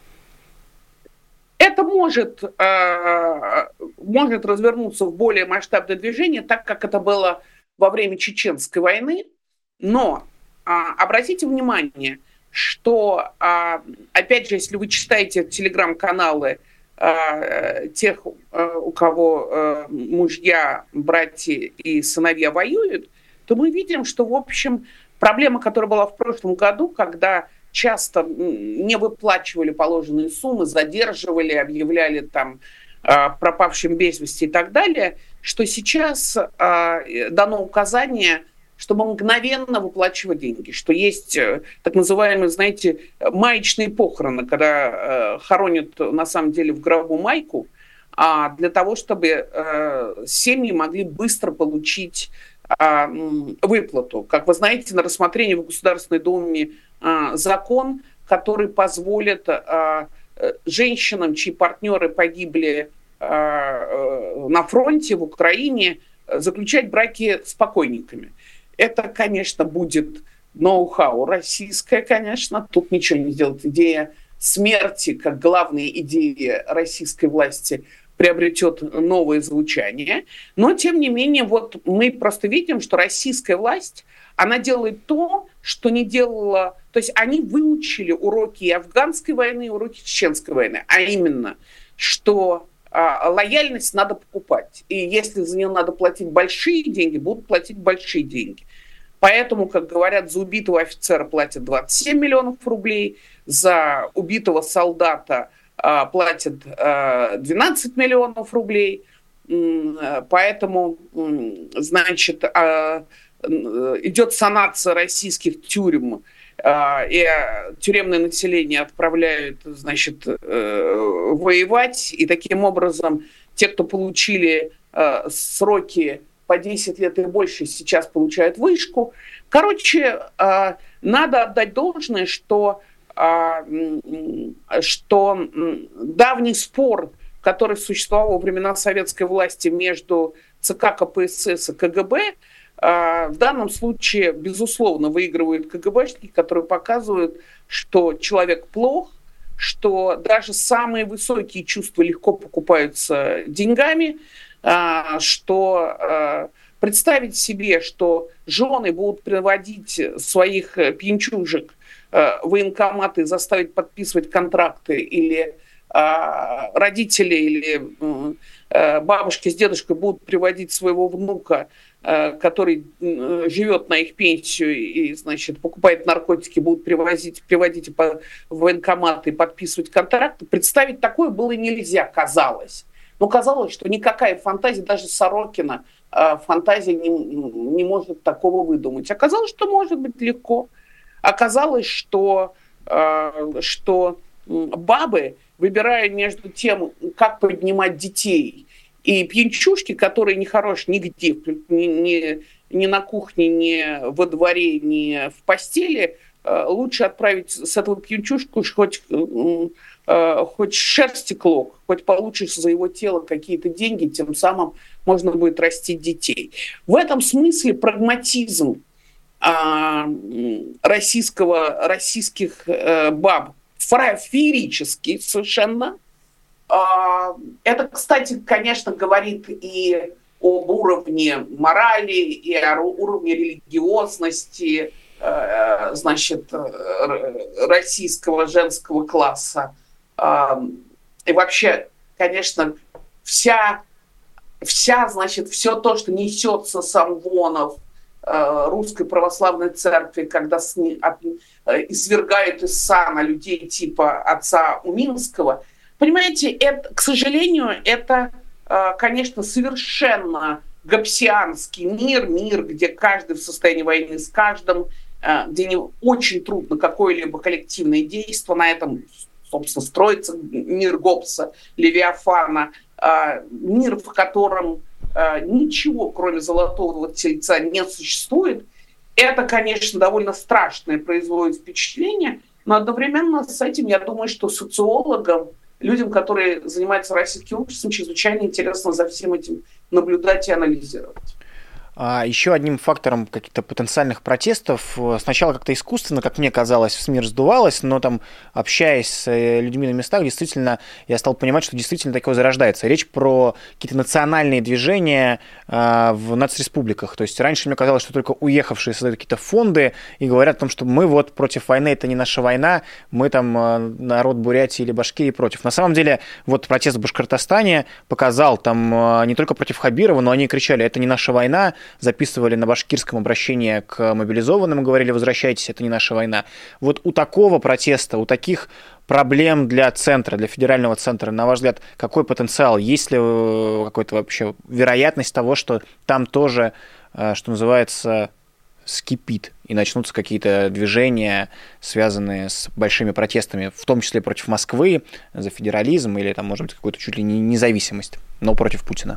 Это может, э, может развернуться в более масштабное движение, так как это было во время Чеченской войны. Но э, обратите внимание, что, э, опять же, если вы читаете телеграм-каналы э, тех, э, у кого э, мужья, братья и сыновья воюют, то мы видим, что, в общем, проблема, которая была в прошлом году, когда часто не выплачивали положенные суммы, задерживали, объявляли там пропавшим без вести и так далее, что сейчас дано указание, чтобы мгновенно выплачивать деньги, что есть так называемые, знаете, маечные похороны, когда хоронят на самом деле в гробу майку, для того, чтобы семьи могли быстро получить выплату. Как вы знаете, на рассмотрении в Государственной Думе закон, который позволит женщинам, чьи партнеры погибли на фронте в Украине, заключать браки с покойниками. Это, конечно, будет ноу-хау российское, конечно. Тут ничего не сделать. Идея смерти, как главная идея российской власти, приобретет новое звучание. Но, тем не менее, вот мы просто видим, что российская власть, она делает то, что не делала... То есть они выучили уроки и афганской войны, и уроки чеченской войны. А именно, что а, лояльность надо покупать. И если за нее надо платить большие деньги, будут платить большие деньги. Поэтому, как говорят, за убитого офицера платят двадцать семь миллионов рублей, за убитого солдата а, платят а, двенадцать миллионов рублей. Поэтому, значит, а, идет санация российских тюрем, а, и тюремное население отправляют, значит, воевать. И таким образом те, кто получили а, сроки по десять лет и больше, сейчас получают вышку. Короче, надо отдать должное, что, что давний спор, который существовал во времена советской власти между ЦК КПСС и КГБ, в данном случае, безусловно, выигрывают КГБшники, которые показывают, что человек плох, что даже самые высокие чувства легко покупаются деньгами, что представить себе, что жены будут приводить своих пьянчужек в военкоматы и заставить подписывать контракты, или родители или бабушки с дедушкой будут приводить своего внука, который живет на их пенсию и, значит, покупает наркотики, будут привозить, приводить в военкоматы и подписывать контракты. Представить такое было нельзя, казалось. Но казалось, что никакая фантазия, даже Сорокина, фантазия не, не может такого выдумать. Оказалось, что может быть легко. Оказалось, что, что бабы, выбирая между тем, как поднимать детей, и пьянчушки, которые не хороши нигде, ни, ни, ни на кухне, ни во дворе, ни в постели, лучше отправить с этого пьянчушку хоть... хоть шерсти клок, хоть получишь за его тело какие-то деньги, тем самым можно будет растить детей. В этом смысле прагматизм а, российского, российских а, баб феерический совершенно. А, это, кстати, конечно, говорит и об уровне морали, и о уровне религиозности, а, значит, российского женского класса. И вообще, конечно, вся, вся, значит, все то, что несется с амвонов Русской Православной Церкви, когда сни, от, извергают из сана людей типа отца Уминского, понимаете, это, к сожалению, это, конечно, совершенно гоббсианский мир, мир, где каждый в состоянии войны с каждым, где не очень трудно какое-либо коллективное действие, на этом, собственно, строится мир Гоббса, Левиафана, мир, в котором ничего, кроме золотого тельца, не существует. Это, конечно, довольно страшное производит впечатление, но одновременно с этим, я думаю, что социологам, людям, которые занимаются российским обществом, чрезвычайно интересно за всем этим наблюдать и анализировать. А еще одним фактором каких-то потенциальных протестов сначала как-то искусственно, как мне казалось, в СМИ раздувалось, но там, общаясь с людьми на местах, действительно, я стал понимать, что действительно такое зарождается. Речь про какие-то национальные движения э, в нацреспубликах. То есть раньше мне казалось, что только уехавшие создают какие-то фонды и говорят о том, что мы вот против войны, это не наша война, мы там э, народ Бурятии или Башкирии против. На самом деле, вот протест в Башкортостане показал там э, не только против Хабирова, но они кричали, это не наша война, записывали на башкирском обращение к мобилизованным и говорили, возвращайтесь, это не наша война. Вот у такого протеста, у таких проблем для центра, для федерального центра, на ваш взгляд, какой потенциал? Есть ли какая-то вообще вероятность того, что там тоже, что называется, скипит и начнутся какие-то движения, связанные с большими протестами, в том числе против Москвы, за федерализм или, там, может быть, какую-то чуть ли не независимость, но против Путина?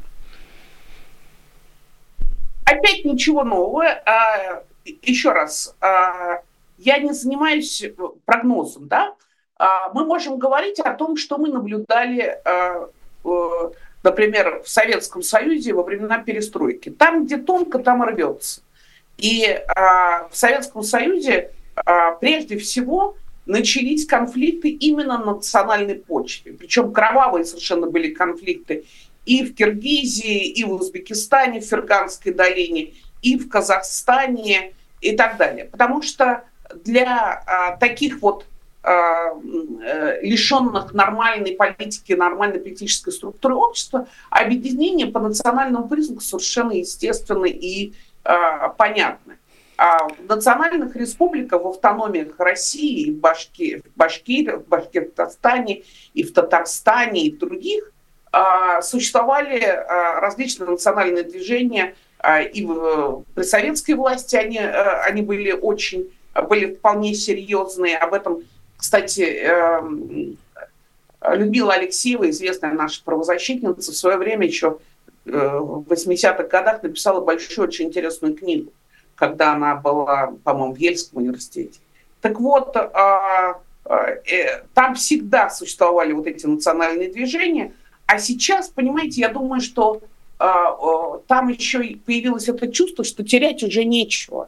Опять ничего нового. Еще раз, я не занимаюсь прогнозом, да? Мы можем говорить о том, что мы наблюдали например, в Советском Союзе во времена перестройки. Там, где тонко, там рвется. И а, в Советском Союзе а, прежде всего начались конфликты именно на национальной почве. Причем кровавые совершенно были конфликты и в Киргизии, и в Узбекистане, в Ферганской долине, и в Казахстане, и так далее. Потому что для а, таких вот а, лишенных нормальной политики, нормальной политической структуры общества, объединение по национальному признаку совершенно естественно и а, понятно. А в национальных республиках, в автономиях России, в, Башки, в, Башкирии, в Башкортостане, и в Татарстане, и в других, а, существовали а, различные национальные движения, а, и в, при советской власти они, а, они были очень, были вполне серьезные. Об этом, кстати, а, Людмила Алексеева, известная наша правозащитница, в свое время еще а, в восьмидесятых годах написала большую, очень интересную книгу, когда она была, по-моему, в Ельском университете. Так вот, а, а, э, там всегда существовали вот эти национальные движения, а сейчас, понимаете, я думаю, что а, а, там еще и появилось это чувство, что терять уже нечего,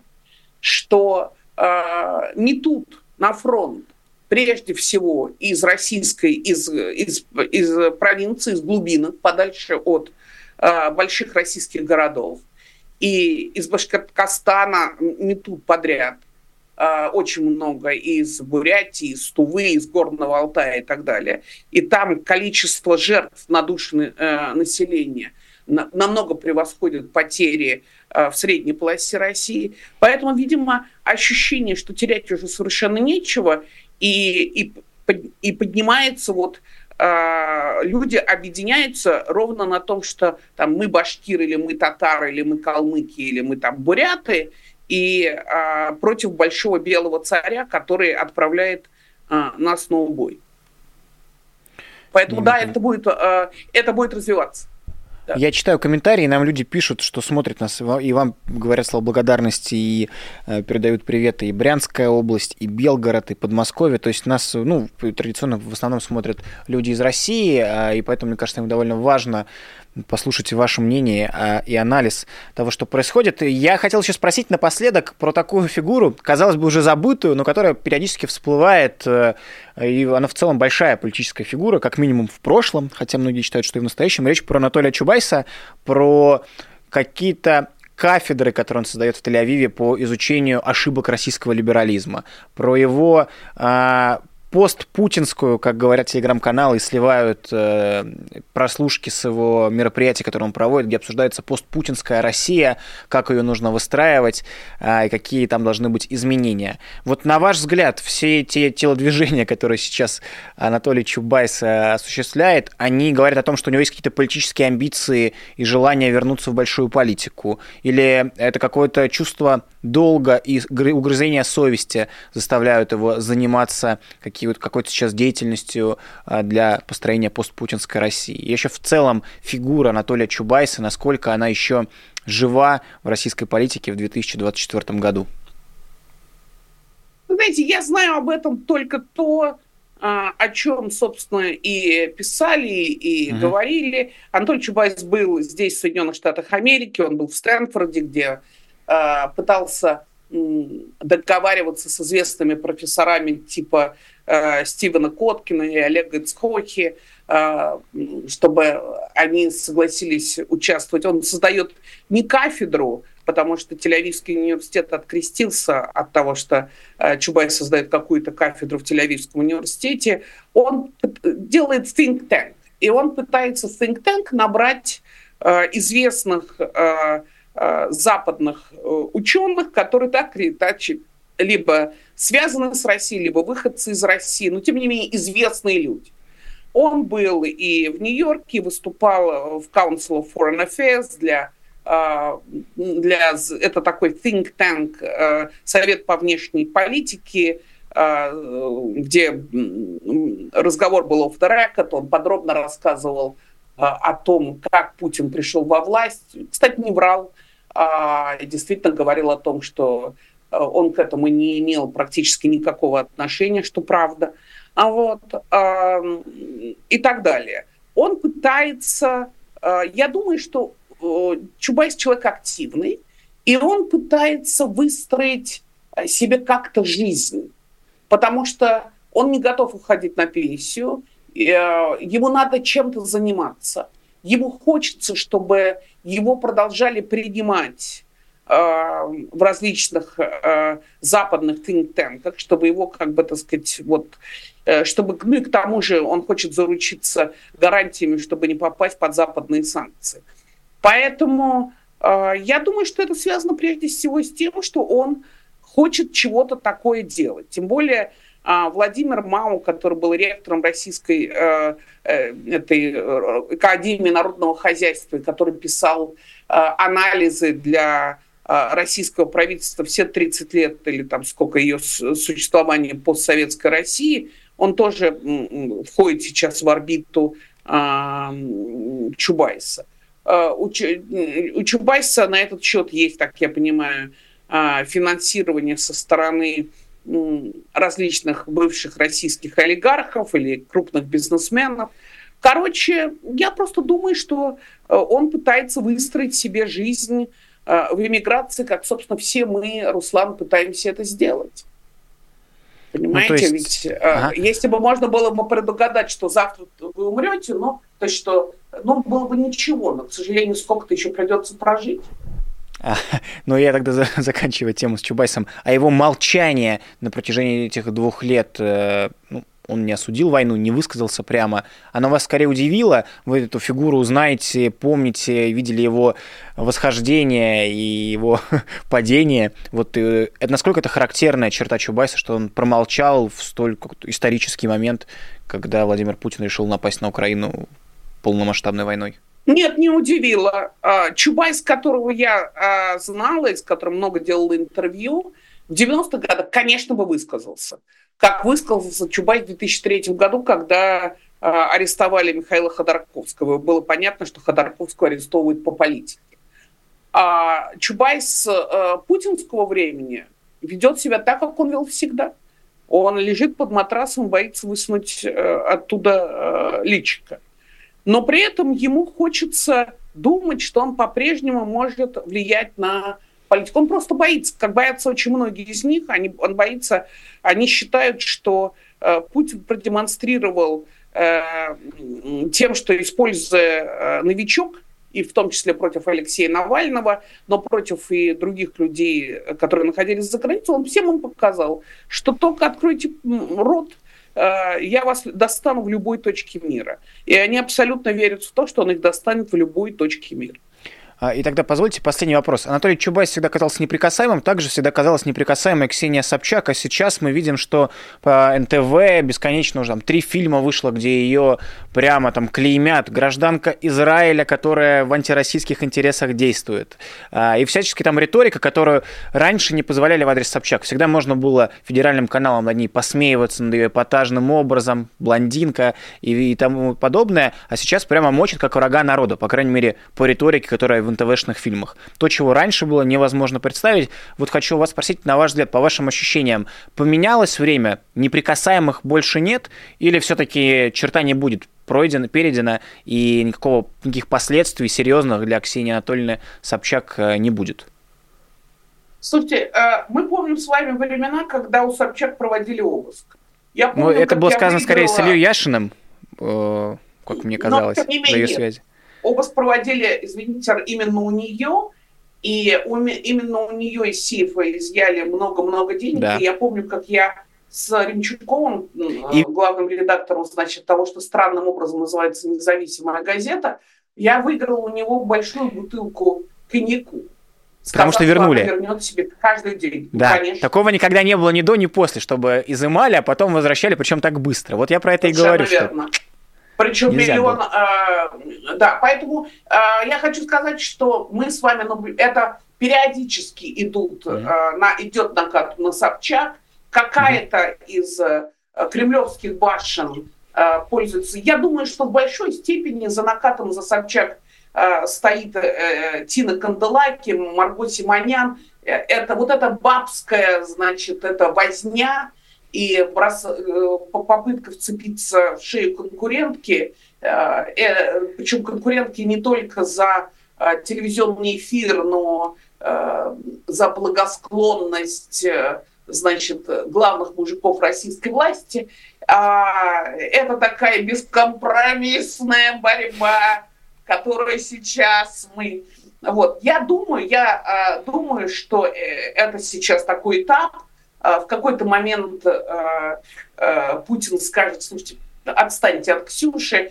что а, не тут, на фронт, прежде всего из российской, из, из, из провинции, из глубинок, подальше от а, больших российских городов, и из Башкортостана не тут подряд, а, очень много, из Бурятии, из Тувы, из Горного Алтая и так далее. И там количество жертв на душу э, населения на, намного превосходит потери э, в средней полосе России. Поэтому, видимо, ощущение, что терять уже совершенно нечего, и, и, и поднимается вот... люди объединяются ровно на том, что там, мы башкиры, или мы татары, или мы калмыки, или мы там буряты, и а, против большого белого царя, который отправляет а, нас на убой. Поэтому, mm-hmm. да, это будет, а, это будет развиваться. Да. Я читаю комментарии, нам люди пишут, что смотрят нас, и вам говорят слова благодарности, и э, передают приветы и Брянская область, и Белгород, и Подмосковье. То есть нас, ну, традиционно в основном смотрят люди из России, э, и поэтому, мне кажется, им довольно важно послушать ваше мнение э, и анализ того, что происходит. Я хотел еще спросить напоследок про такую фигуру, казалось бы, уже забытую, но которая периодически всплывает, э, и она в целом большая политическая фигура, как минимум в прошлом, хотя многие считают, что и в настоящем. Речь про Анатолия Чубайса, про какие-то кафедры, которые он создает в Тель-Авиве по изучению ошибок российского либерализма, про его э, постпутинскую, как говорят телеграм-каналы, и сливают э, прослушки с его мероприятий, которые он проводит, где обсуждается постпутинская Россия, как ее нужно выстраивать, э, и какие там должны быть изменения. Вот на ваш взгляд, все те телодвижения, которые сейчас Анатолий Чубайс осуществляет, они говорят о том, что у него есть какие-то политические амбиции и желание вернуться в большую политику? Или это какое-то чувство долга и угрызения совести заставляют его заниматься какие какой-то сейчас деятельностью для построения постпутинской России? И еще в целом фигура Анатолия Чубайса, насколько она еще жива в российской политике в две тысячи двадцать четвёртом году? Знаете, я знаю об этом только то, о чем, собственно, и писали, и uh-huh. говорили. Анатолий Чубайс был здесь, в Соединенных Штатах Америки, он был в Стэнфорде, где пытался договариваться с известными профессорами типа э, Стивена Коткина и Олега Ицхохи, э, чтобы они согласились участвовать. Он создает не кафедру, потому что Тель-Авивский университет открестился от того, что э, Чубайс создает какую-то кафедру в Тель-Авивском университете. Он делает think tank, и он пытается в think tank набрать э, известных э, западных ученых, которые так или иначе либо связаны с Россией, либо выходцы из России, но тем не менее известные люди. Он был и в Нью-Йорке, выступал в Council of Foreign Affairs для, для это такой think tank, совет по внешней политике, где разговор был off the record, он подробно рассказывал о том, как Путин пришел во власть. Кстати, не врал. Действительно говорил о том, что он к этому не имел практически никакого отношения, что правда, а вот, и так далее. Он пытается я думаю, что Чубайс человек активный, и он пытается выстроить себе как-то жизнь, потому что он не готов уходить на пенсию, ему надо чем-то заниматься. Ему хочется, чтобы его продолжали принимать э, в различных э, западных think-tank'ах, чтобы его, как бы, так сказать, вот, э, чтобы, ну и к тому же он хочет заручиться гарантиями, чтобы не попасть под западные санкции. Поэтому э, я думаю, что это связано прежде всего с тем, что он хочет чего-то такое делать. Тем более Владимир Мау, который был ректором Российской э, э, этой, э, Академии народного хозяйства, который писал э, анализы для э, российского правительства все тридцать лет, или там сколько ее существования постсоветской России, он тоже э, входит сейчас в орбиту э, Чубайса. Э, у, у Чубайса на этот счет есть, так я понимаю, э, финансирование со стороны различных бывших российских олигархов или крупных бизнесменов. Короче, я просто думаю, что он пытается выстроить себе жизнь в эмиграции, как, собственно, все мы, Руслан, пытаемся это сделать. Понимаете, ну, есть... ведь ага. если бы можно было бы предугадать, что завтра вы умрете, ну, то что, ну, было бы ничего, но, к сожалению, сколько-то еще придется прожить. А, ну, я тогда за, заканчиваю тему с Чубайсом. А его молчание на протяжении этих двух лет, э, ну, он не осудил войну, не высказался прямо. Оно вас скорее удивило? Вы эту фигуру знаете, помните, видели его восхождение и его падение. Вот э, это, насколько это характерная черта Чубайса, что он промолчал в столь исторический момент, когда Владимир Путин решил напасть на Украину полномасштабной войной? Нет, не удивило. Чубайс, которого я знала, и с которым много делала интервью, в девяностых годах, конечно, бы высказался. Как высказался Чубайс в две тысячи третьем году, когда арестовали Михаила Ходорковского. Было понятно, что Ходорковского арестовывают по политике. А Чубайс путинского времени ведет себя так, как он вел всегда. Он лежит под матрасом, боится высунуть оттуда личико. Но при этом ему хочется думать, что он по-прежнему может влиять на политику. Он просто боится, как боятся очень многие из них. Они, он боится, они считают, что э, Путин продемонстрировал э, тем, что, используя э, новичок, и в том числе против Алексея Навального, но против и других людей, которые находились за границей, он всем им показал, что только откройте рот, я вас достану в любой точке мира. И они абсолютно верят в то, что он их достанет в любой точке мира. И тогда позвольте последний вопрос. Анатолий Чубайс всегда казался неприкасаемым, также всегда казалась неприкасаемой Ксения Собчак, а сейчас мы видим, что по эн тэ вэ бесконечно уже там три фильма вышло, где ее прямо там клеймят. Гражданка Израиля, которая в антироссийских интересах действует. И всячески там риторика, которую раньше не позволяли в адрес Собчак. Всегда можно было федеральным каналам над ней посмеиваться, над ее эпатажным образом, блондинка и, и тому подобное, а сейчас прямо мочит как врага народа, по крайней мере, по риторике, которая в эн тэ вэ-шных фильмах. То, чего раньше было невозможно представить. Вот хочу вас спросить, на ваш взгляд, по вашим ощущениям, поменялось время, неприкасаемых больше нет, или все-таки черта не будет пройдена, перейдена, и никакого, никаких последствий серьезных для Ксении Анатольевны Собчак не будет? Слушайте, мы помним с вами времена, когда у Собчак проводили обыск. Я помню, ну, это было сказано выиграла... скорее с Ильей Яшиным, как мне казалось, за ее связи. Обыск проводили, извините, именно у нее, и у, именно у нее из сейфа изъяли много-много денег. Да. И я помню, как я с Ремчуковым, и... главным редактором, значит, того, что странным образом называется «Независимая газета», я выиграла у него большую бутылку коньяку. Потому сказав, что вернули. Что она вернет себе каждый день. Да, конечно. Такого никогда не было ни до, ни после, чтобы изымали, а потом возвращали, причем так быстро. Вот я про это совершенно и говорю. Верно. Что... Причем нельзя миллион, э, да, поэтому э, я хочу сказать, что мы с вами, ну, это периодически идут, mm-hmm. э, на, идет накат на Собчак, какая-то mm-hmm. из э, кремлевских башен э, пользуется. Я думаю, что в большой степени за накатом за Собчак э, стоит э, Тина Канделаки, Марго Симонян. Э, это вот эта бабская, значит, это возня, и брос... попытка вцепиться в шею конкурентки, Причем конкурентки не только за телевизионный эфир, но за благосклонность, значит, главных мужиков российской власти. Это такая бескомпромиссная борьба, которую сейчас мы... Вот. Я думаю, я думаю, что это сейчас такой этап. В какой-то момент Путин скажет: слушайте, отстаньте от Ксюши,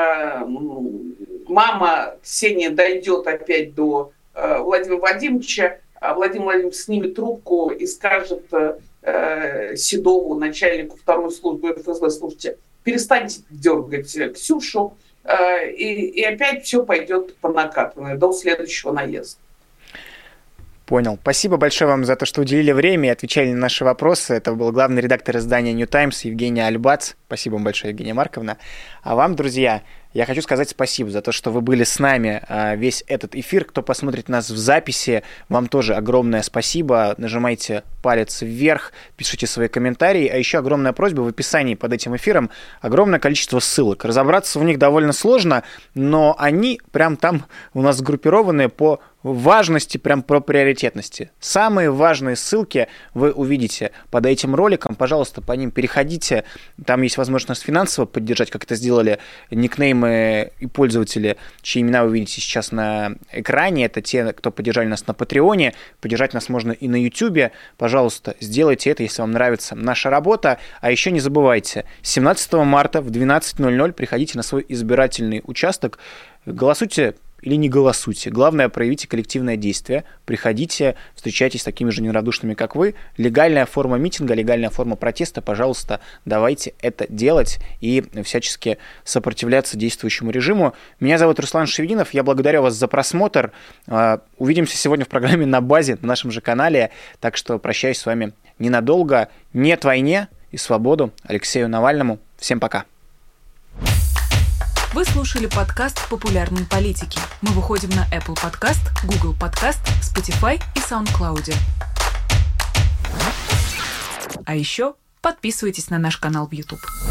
мама Ксения дойдет опять до Владимира Владимировича, а Владимир Владимирович снимет трубку и скажет Седову, начальнику второй службы эф эс бэ: слушайте, перестаньте дергать Ксюшу, и, и опять все пойдет по накатанной до следующего наезда. Понял. Спасибо большое вам за то, что уделили время и отвечали на наши вопросы. Это был главный редактор издания New Times Евгения Альбац. Спасибо вам большое, Евгения Марковна. А вам, друзья, я хочу сказать спасибо за то, что вы были с нами весь этот эфир. Кто посмотрит нас в записи, вам тоже огромное спасибо. Нажимайте палец вверх, пишите свои комментарии. А еще огромная просьба: в описании под этим эфиром огромное количество ссылок. Разобраться в них довольно сложно, но они прям там у нас сгруппированы по важности, прям по приоритетности. Самые важные ссылки вы увидите под этим роликом. Пожалуйста, по ним переходите. Там есть возможность финансово поддержать, как это сделали никнеймы и пользователи, чьи имена вы видите сейчас на экране. Это те, кто поддержали нас на Патреоне. Поддержать нас можно и на Ютубе. Пожалуйста, сделайте это, если вам нравится наша работа. А еще не забывайте, семнадцатого марта в двенадцать ноль ноль приходите на свой избирательный участок. Голосуйте или не голосуйте. Главное, проявите коллективное действие. Приходите, встречайтесь с такими же неравнодушными, как вы. Легальная форма митинга, легальная форма протеста. Пожалуйста, давайте это делать и всячески сопротивляться действующему режиму. Меня зовут Руслан Шевединов. Я благодарю вас за просмотр. Увидимся сегодня в программе «На базе» на нашем же канале. Так что прощаюсь с вами ненадолго. Нет войне и свободу Алексею Навальному. Всем пока. Вы слушали подкаст «Популярные политики». Мы выходим на Apple Podcast, Google Podcast, Spotify и SoundCloud. А еще подписывайтесь на наш канал в YouTube.